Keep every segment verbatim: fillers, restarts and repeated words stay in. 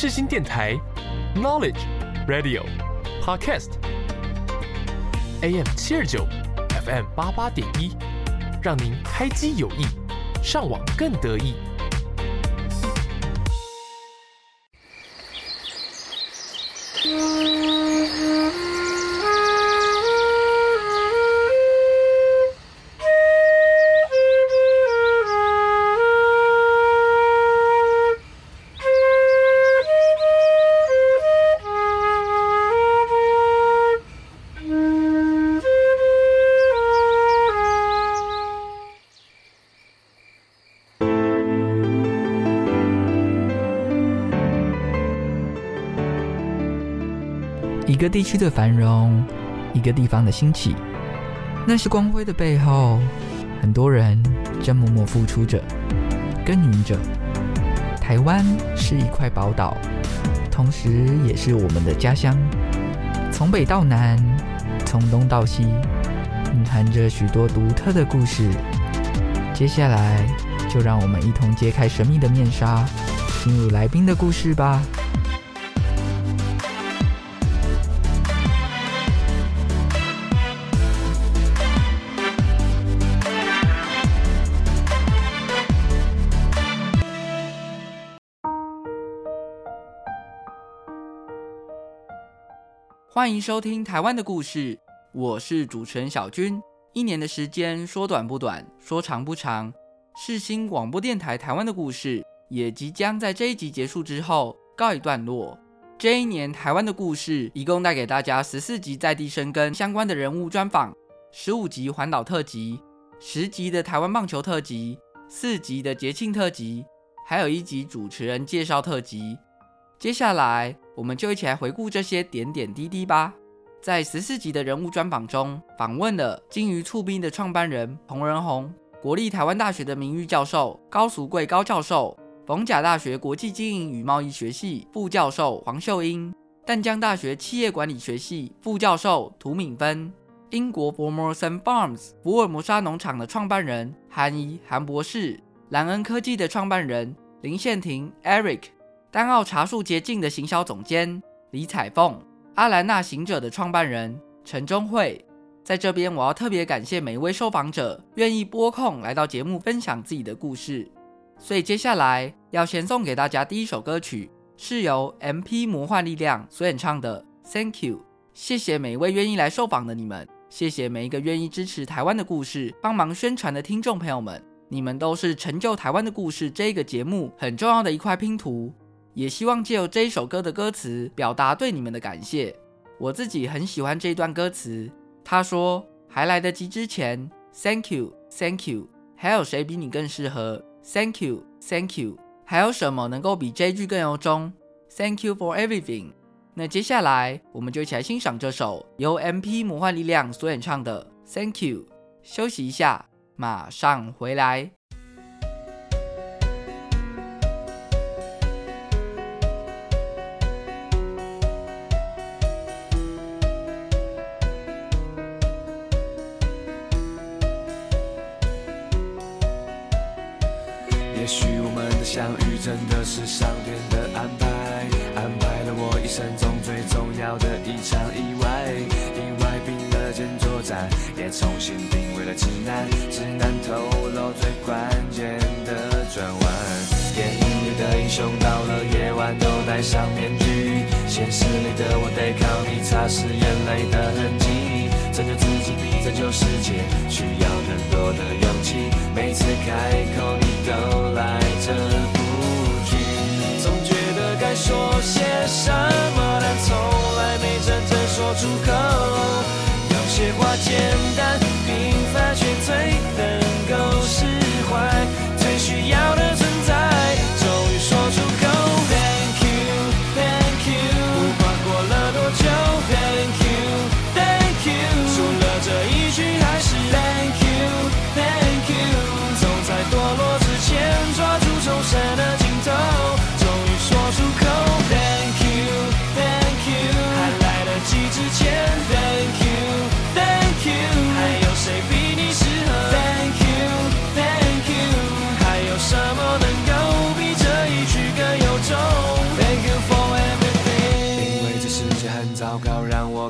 世新电台 Knowledge Radio Podcast，A M 七二九 F M 八八点一，让您开机有益，上网更得意。 一个地区的繁荣，一个地方的兴起，那是光辉的背后，很多人正默默付出着，耕耘着。台湾是一块宝岛，同时也是我们的家乡。从北到南，从东到西，蕴含着许多独特的故事。接下来，就让我们一同揭开神秘的面纱，进入来宾的故事吧。欢迎收听台湾的故事，我是主持人小军。一年的时间说短不短，说长不长，世新广播电台台湾的故事也即将在这一集结束之后告一段落。这一年台湾的故事一共带给大家十四集在地生根相关的人物专访，十五集环岛特辑，十集的台湾棒球特辑，四集的节庆特辑，还有一集主持人介绍特辑。接下来我们就一起来回顾这些点点滴滴吧。在十四集的人物专访中，访问了金鱼促冰的创办人彭仁宏，国立台湾大学的名誉教授高淑贵高教授，逢甲大学国际经营与贸易学系副教授黄秀英，淡江大学企业管理学系副教授涂敏芬，英国 Formosan Farms 福尔摩沙农场的创办人韩怡韩博士，蓝恩科技的创办人林宪廷 Eric，丹澳茶树洁净的行销总监李彩凤，阿兰纳行者的创办人陈忠慧。在这边我要特别感谢每一位受访者愿意拨空来到节目分享自己的故事，所以接下来要先送给大家第一首歌曲，是由 M P 魔幻力量所演唱的 Thank You。 谢谢每一位愿意来受访的你们，谢谢每一个愿意支持台湾的故事帮忙宣传的听众朋友们，你们都是成就台湾的故事这个节目很重要的一块拼图，也希望借由这一首歌的歌词表达对你们的感谢。我自己很喜欢这一段歌词，他说还来得及之前 Thank you Thank you， 还有谁比你更适合 Thank you Thank you， 还有什么能够比这一句更由衷 Thank you for everything。 那接下来我们就一起来欣赏这首由 M P 魔幻力量所演唱的 Thank you。 休息一下，马上回来。 也许我们的相遇真的是上天的安排，安排了我一生中最重要的一场意外。意外并了肩作战，也重新定位了指南，指南透露最关键的转弯。电影里的英雄到了夜晚都戴上面具，现实里的我得靠你擦拭眼泪的痕迹，拯救自己比拯救世界需要更多的勇气，每次开口你都来这不拒，总觉得该说些什么，但从来没真正说出口。有些话简单平凡，却最能够释怀，最需要的存在终于说出口。 Thank you Thank you， 不管过了多久 Thank you Thank you， 除了这一句还是 Thank you Thank you， 总在堕落之前抓住重生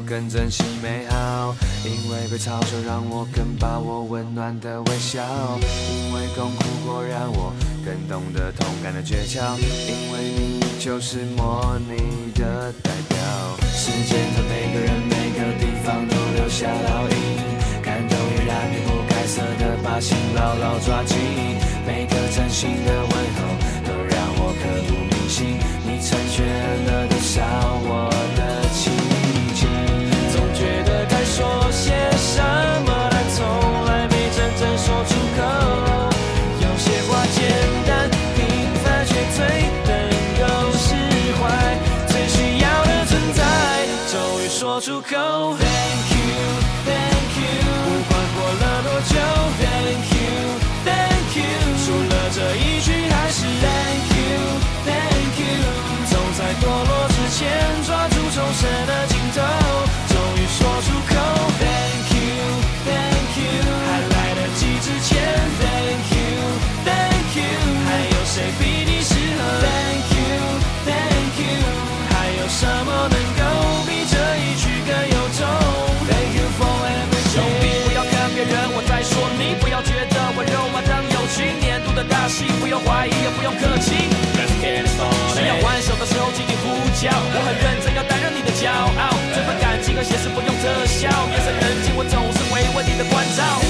我更珍惜美好，因为被嘲笑让我更把握温暖的微笑，因为痛苦过让我更懂得痛感的诀窍，因为你就是模拟的代表。时间在每个人每个地方都留下烙印，感动也让你不该色的把心牢牢抓紧，每个真心的问候都让我刻骨铭心，你成全了多少我的奇迹。总觉得该说些什么，但从来没真正说出口，有些话简单平凡却最能够释怀，最需要的存在终于说出口。 Thank you Thank you， 不管过了多久 Thank you Thank you， 除了这一句还是 Thank you Thank you， 总在堕落之前抓住重生的尽头，终于说出口。 Thank you Thank you， 还来得及之前 Thank you Thank you， 还有谁比你适合 Thank you Thank you， 还有什么能够比这一句更有种 Thank you for everything。 兄弟不要看别人我在说你，不要觉得我肉麻当友情，年度的大戏不用怀疑也不用客气，需要还手的时候紧紧呼叫，我很认真要担任你的骄傲，这份感情和写实不用特效，夜深人静我总是会问你的关照。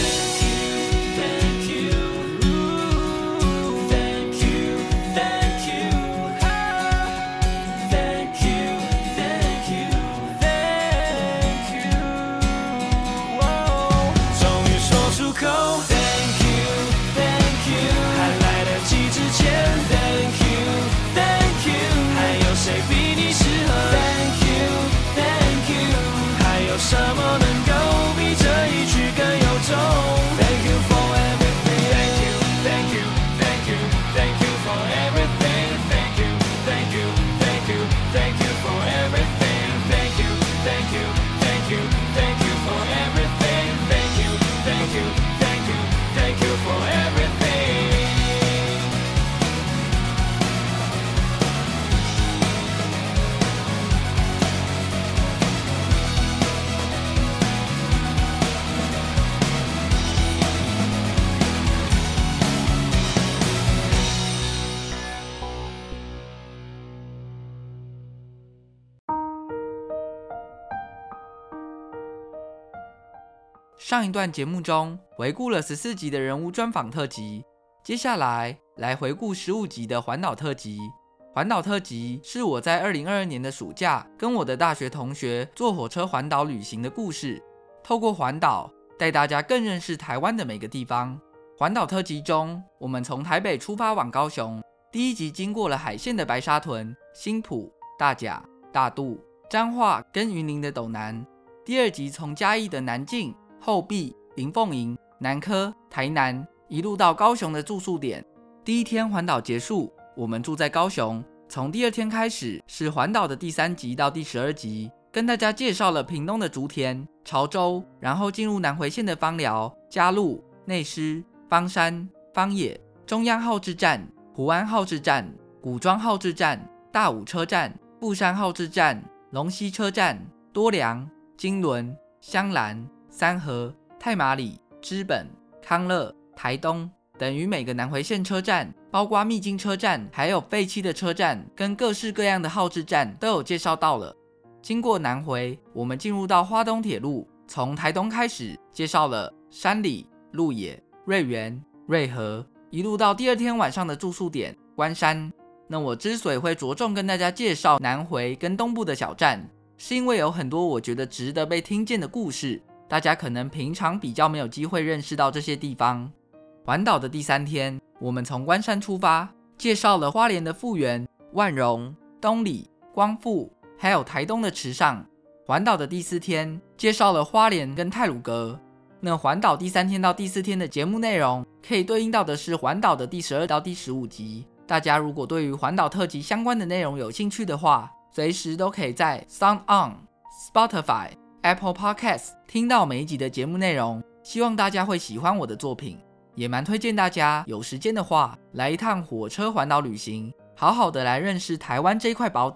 什么能够比这一句更有种 Thank you for everything Thank you, thank you, thank you, thank you for everything Thank you, thank you, thank you, thank you for everything Thank you, thank you, thank you, thank you for everything Thank you, thank you, thank you, thank you for everything。 上一段节目中回顾了十四集的人物专访特辑，接下来来回顾十五集的环岛特辑。环岛特辑是我在二零二二年的暑假跟我的大学同学坐火车环岛旅行的故事，透过环岛带大家更认识台湾的每个地方。环岛特辑中，我们从台北出发往高雄，第一集经过了海线的白沙屯、新埔、大甲、大肚、彰化跟云林的斗南，第二集从嘉义的南靖、后壁、林凤营、南科、台南一路到高雄的住宿点。第一天环岛结束，我们住在高雄，从第二天开始是环岛的第三集到第十二集，跟大家介绍了屏东的竹田、潮州，然后进入南回线的枋寮、嘉鹿、内狮、枋山、枋野、中央号志站、湖安号志站、古庄号志站、大武车站、富山号志站、龙溪车站、多良、金轮、香兰、三河、太麻里、知本、康乐、台东等于每个南回线车站，包括秘境车站，还有废弃的车站跟各式各样的号志站都有介绍到了。经过南回，我们进入到花东铁路，从台东开始介绍了山里、鹿野、瑞园、瑞和，一路到第二天晚上的住宿点关山。那我之所以会着重跟大家介绍南回跟东部的小站，是因为有很多我觉得值得被听见的故事，大家可能平常比较没有机会认识到这些地方。环岛的第三天，我们从关山出发，介绍了花莲的富源、万荣、东里、光复，还有台东的池上。环岛的第四天，介绍了花莲跟太鲁阁。那环岛第三天到第四天的节目内容，可以对应到的是环岛的第十二到第十五集。大家如果对于环岛特辑相关的内容有兴趣的话，随时都可以在 SoundOn、Spotify、Apple Podcast 听到每一集的节目内容。希望大家会喜欢我的作品，也蛮推荐大家有时间的话来一趟火车环岛旅行，好好的来认识台湾这块宝岛，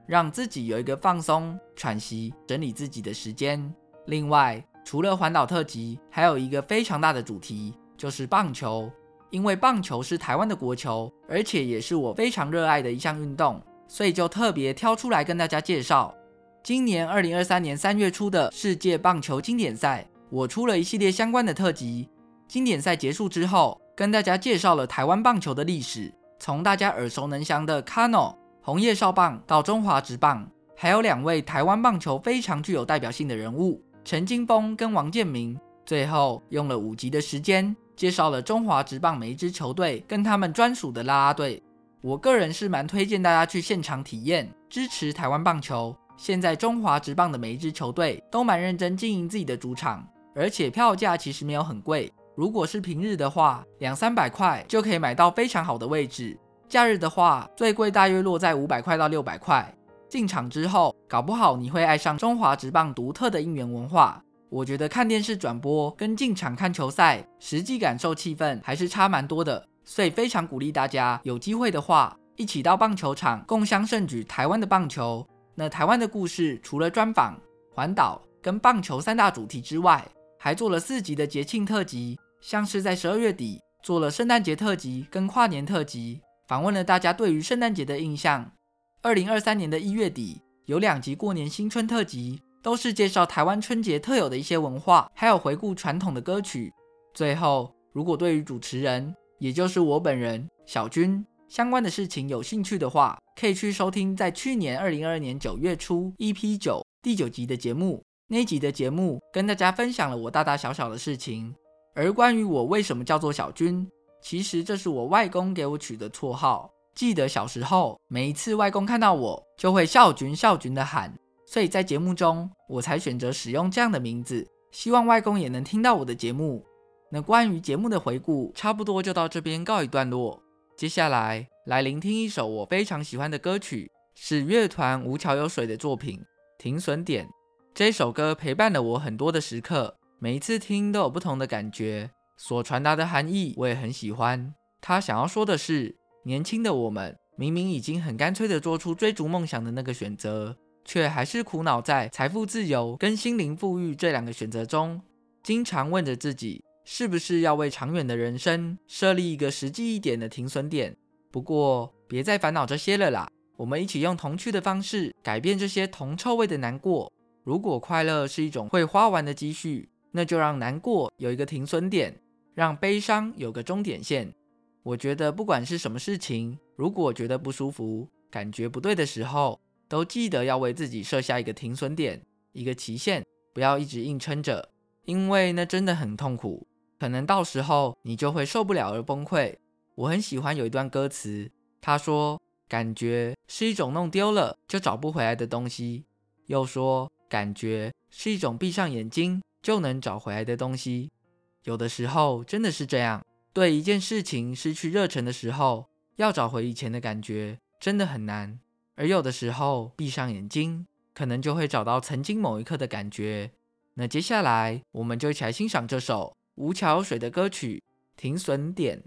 让自己有一个放松、喘息、整理自己的时间。另外，除了环岛特辑，还有一个非常大的主题，就是棒球。因为棒球是台湾的国球，而且也是我非常热爱的一项运动，所以就特别挑出来跟大家介绍。今年二零二三年三月初的世界棒球经典赛，我出了一系列相关的特辑。经典赛结束之后，跟大家介绍了台湾棒球的历史，从大家耳熟能详的 Kano、红叶少棒到中华职棒，还有两位台湾棒球非常具有代表性的人物，陈金锋跟王建民。最后用了五集的时间介绍了中华职棒每一支球队跟他们专属的啦啦队。我个人是蛮推荐大家去现场体验，支持台湾棒球。现在中华职棒的每一支球队都蛮认真经营自己的主场，而且票价其实没有很贵，如果是平日的话，两三百块就可以买到非常好的位置。假日的话，最贵大约落在五百块到六百块。进场之后，搞不好你会爱上中华职棒独特的应援文化。我觉得看电视转播跟进场看球赛，实际感受气氛还是差蛮多的，所以非常鼓励大家有机会的话，一起到棒球场共襄盛举台湾的棒球。那台湾的故事除了专访、环岛跟棒球三大主题之外，还做了四集的节庆特辑，像是在十二月底做了圣诞节特辑跟跨年特辑，访问了大家对于圣诞节的印象。二零二三年的一月底有两集过年新春特辑，都是介绍台湾春节特有的一些文化，还有回顾传统的歌曲。最后，如果对于主持人，也就是我本人小军相关的事情有兴趣的话，可以去收听在去年二零二二年九月初 E P 九 第九集的节目。那一集的节目跟大家分享了我大大小小的事情。而关于我为什么叫做小军，其实这是我外公给我取的绰号。记得小时候，每一次外公看到我就会孝军孝军的喊，所以在节目中我才选择使用这样的名字，希望外公也能听到我的节目。那关于节目的回顾差不多就到这边告一段落，接下来来聆听一首我非常喜欢的歌曲，是乐团无桥有水的作品《停损点》。这首歌陪伴了我很多的时刻，每一次听都有不同的感觉，所传达的含义我也很喜欢。他想要说的是，年轻的我们明明已经很干脆地做出追逐梦想的那个选择，却还是苦恼在财富自由跟心灵富裕这两个选择中，经常问着自己，是不是要为长远的人生设立一个实际一点的停损点。不过别再烦恼这些了啦，我们一起用童趣的方式改变这些铜臭味的难过。如果快乐是一种会花完的积蓄，那就让难过有一个停损点，让悲伤有个终点线。我觉得不管是什么事情，如果觉得不舒服，感觉不对的时候，都记得要为自己设下一个停损点，一个期限，不要一直硬撑着，因为那真的很痛苦，可能到时候你就会受不了而崩溃。我很喜欢有一段歌词，他说，感觉是一种弄丢了就找不回来的东西，又说感觉是一种闭上眼睛就能找回来的东西。有的时候真的是这样，对一件事情失去热忱的时候，要找回以前的感觉真的很难，而有的时候闭上眼睛可能就会找到曾经某一刻的感觉。那接下来我们就一起来欣赏这首无桥有水的歌曲《停损点》。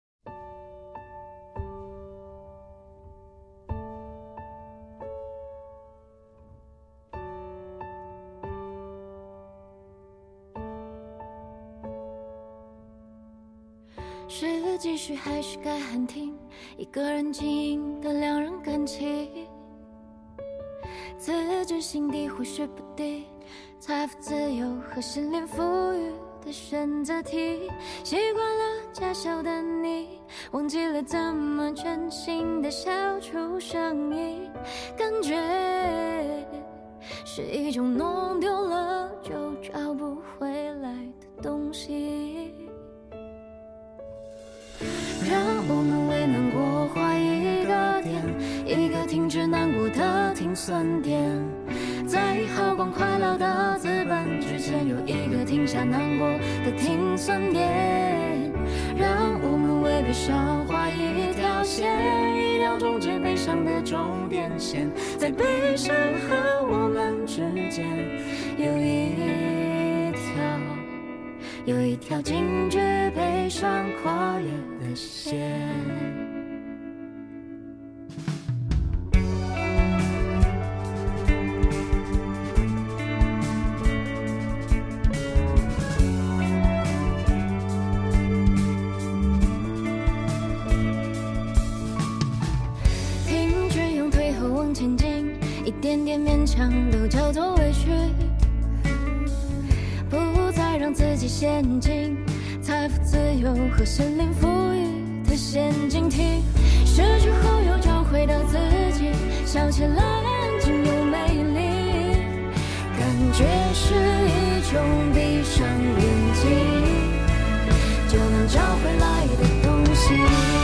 是继续还是该喊停？一个人经营的两人感情，自知心底或许不低，财富自由和心灵富裕的选择题。习惯了假笑的你，忘记了怎么真心的笑出声音。感觉是一种弄丢了就找不回来的东西。让我们为难过画一个点，一个停止难过的停损点，在好光快乐的资本之前有一个停下难过的停损点。让我们为悲伤画一条线，一条终止悲伤的终点线，在悲伤和我们之间有一条有一条禁止悲伤跨越的线。 点点勉强都叫做委屈，不再让自己陷进财富自由和神灵赋予的陷阱题，失去后又找回到自己，笑起来安静又美丽，感觉是一种闭上眼睛就能找回来的东西。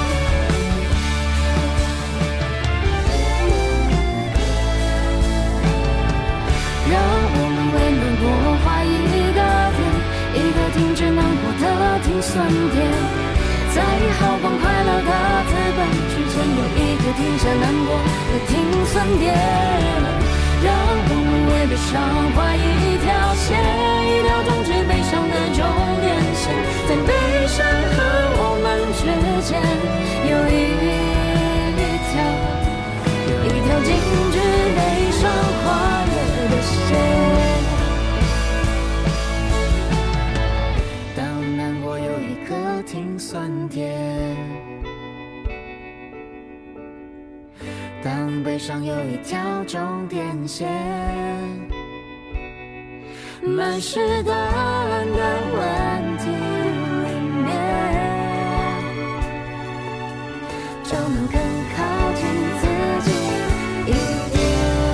让我们为难过画一个点，一个停止难过的停损点，在好光快乐的资本之前有一个停下难过的停损点。让我们为悲伤画一条线，一条终止悲伤的终点线，在悲伤和我们之间有一条有一条禁止悲伤跨越的线。当难过有一个停损点，当悲伤有一条终点线，满是答案的问题里面，就能更靠近自己一点。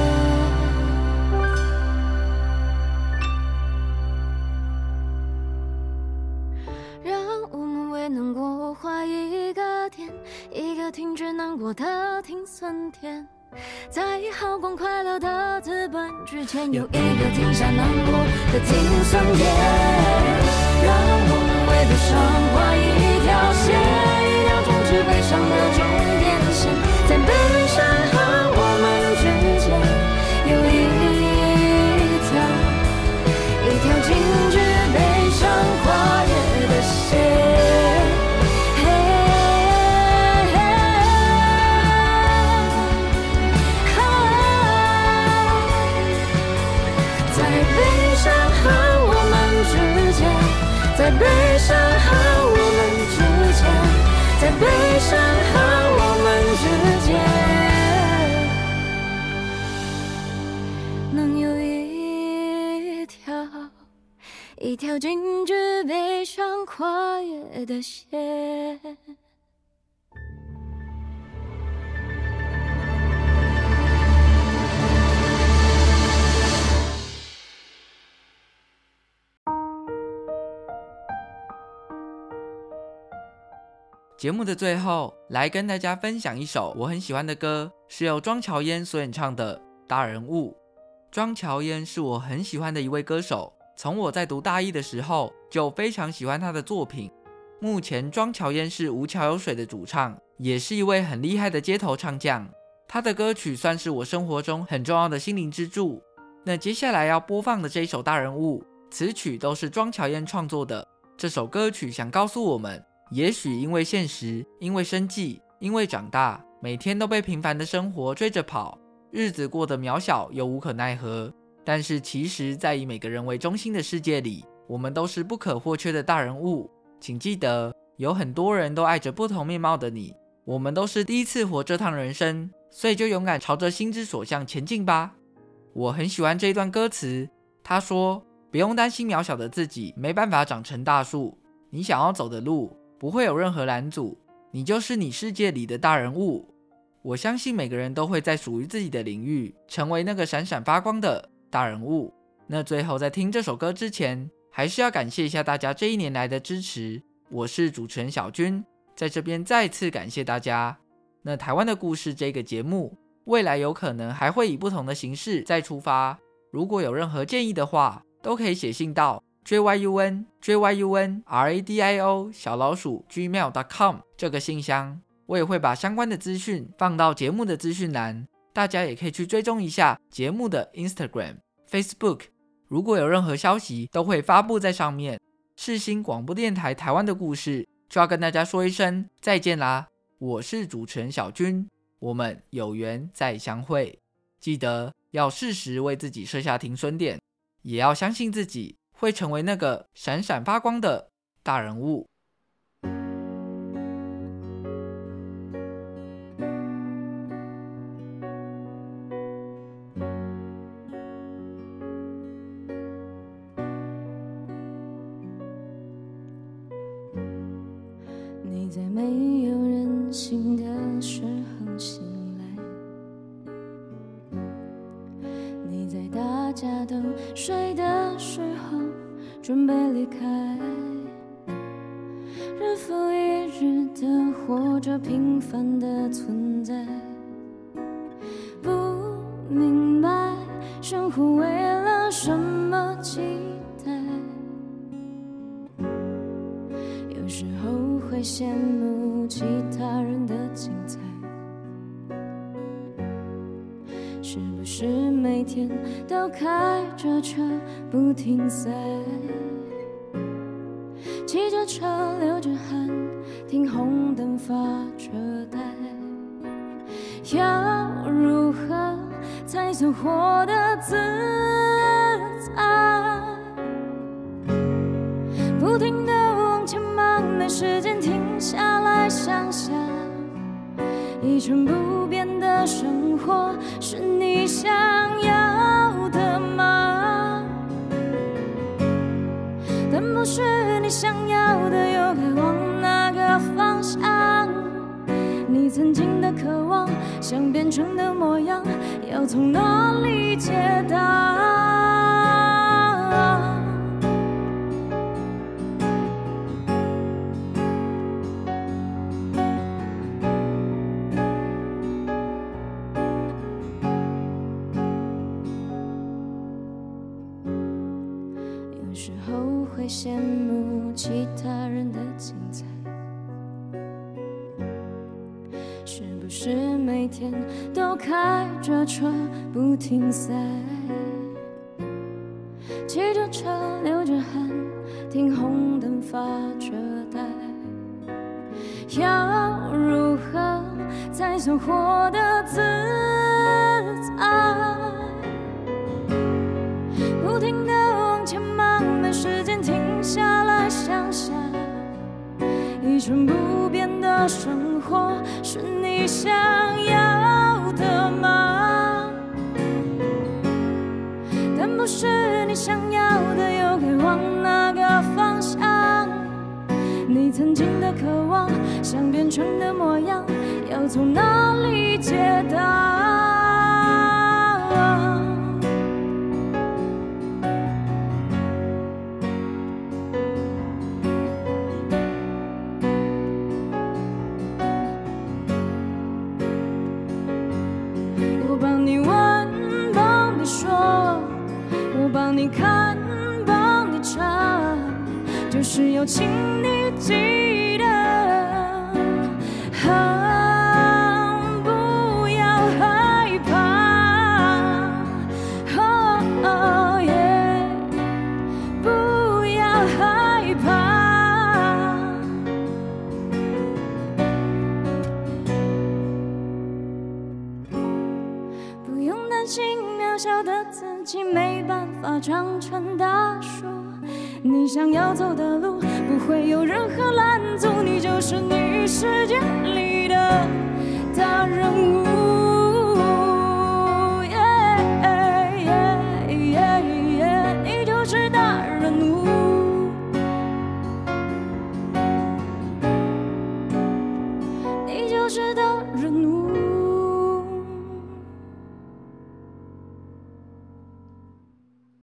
让我们为难过画一个点，一个停止难过的停损点，在好光快乐的资本之前有一个停下难过的停损点。让我们为悲伤画一条线，一条终止悲伤的终点线，在悲伤和我们之间有一条一条禁止悲伤跨越的线。在悲伤和我们之间，在悲伤和我们之间，能有一条一条禁止悲伤跨越的线。 节目的最后，来跟大家分享一首我很喜欢的歌，是由庄乔烟所演唱的《大人物》。庄乔烟是我很喜欢的一位歌手，从我在读大一的时候就非常喜欢他的作品。目前庄乔烟是无桥有水的主唱，也是一位很厉害的街头唱将。他的歌曲算是我生活中很重要的心灵支柱。那接下来要播放的这一首《大人物》，词曲都是庄乔烟创作的。这首歌曲想告诉我们，也许因为现实，因为生计，因为长大，每天都被平凡的生活追着跑，日子过得渺小又无可奈何。但是其实在以每个人为中心的世界里，我们都是不可或缺的大人物。请记得，有很多人都爱着不同面貌的你，我们都是第一次活这趟人生，所以就勇敢朝着心之所向前进吧。我很喜欢这一段歌词，他说，不用担心渺小的自己没办法长成大树，你想要走的路不会有任何拦阻，你就是你世界里的大人物。我相信每个人都会在属于自己的领域成为那个闪闪发光的大人物。那最后在听这首歌之前，还是要感谢一下大家这一年来的支持。我是主持人小军，在这边再次感谢大家。那台湾的故事这个节目，未来有可能还会以不同的形式再出发。如果有任何建议的话，都可以写信到jyun jyun radio 小老鼠 gmail dot com 这个信箱，我也会把相关的资讯放到节目的资讯栏，大家也可以去追踪一下节目的 Instagram、Facebook， 如果有任何消息都会发布在上面。世新广播电台台湾的故事就要跟大家说一声再见啦，我是主持人小军，我们有缘再相会。记得要适时为自己设下停损点，也要相信自己会成为那个闪闪发光的大人物。 家都睡的时候，准备离开。日复一日的活着，平凡的存在，不明白生活为了什么期待。有时候会羡慕其他人的精彩，是不是每天都开着车不停塞，骑着车流着汗，停红灯发着呆。要如何才算活得自在？不停地往前忙，没时间停下来想想，一成不变的生活是你想要的吗？但不是你想要的，又该往哪个方向？你曾经的渴望，想变成的模样，要从哪里解答？有时候会羡慕其他人的精彩，是不是每天都开着车不停塞，骑着车流着汗，停红灯发着呆。要如何才算活得自在？不停地往前忙，没时间停下来想想，一成不变的生活是你想要的吗？但不是你想要的，又该往哪个方向？你曾经的渴望，想变成的模样，要从哪里解答？我帮你问，帮你说，我帮你看，帮你唱，就是要请你记得，啊，不要害怕，哦哦耶，不要害怕。不用担心渺小的自己没办法长成大树，你想要走的路不会有任何拦阻，你就是你世界里的大人物。Yeah, yeah, yeah, yeah, 你就是大人物。你就是大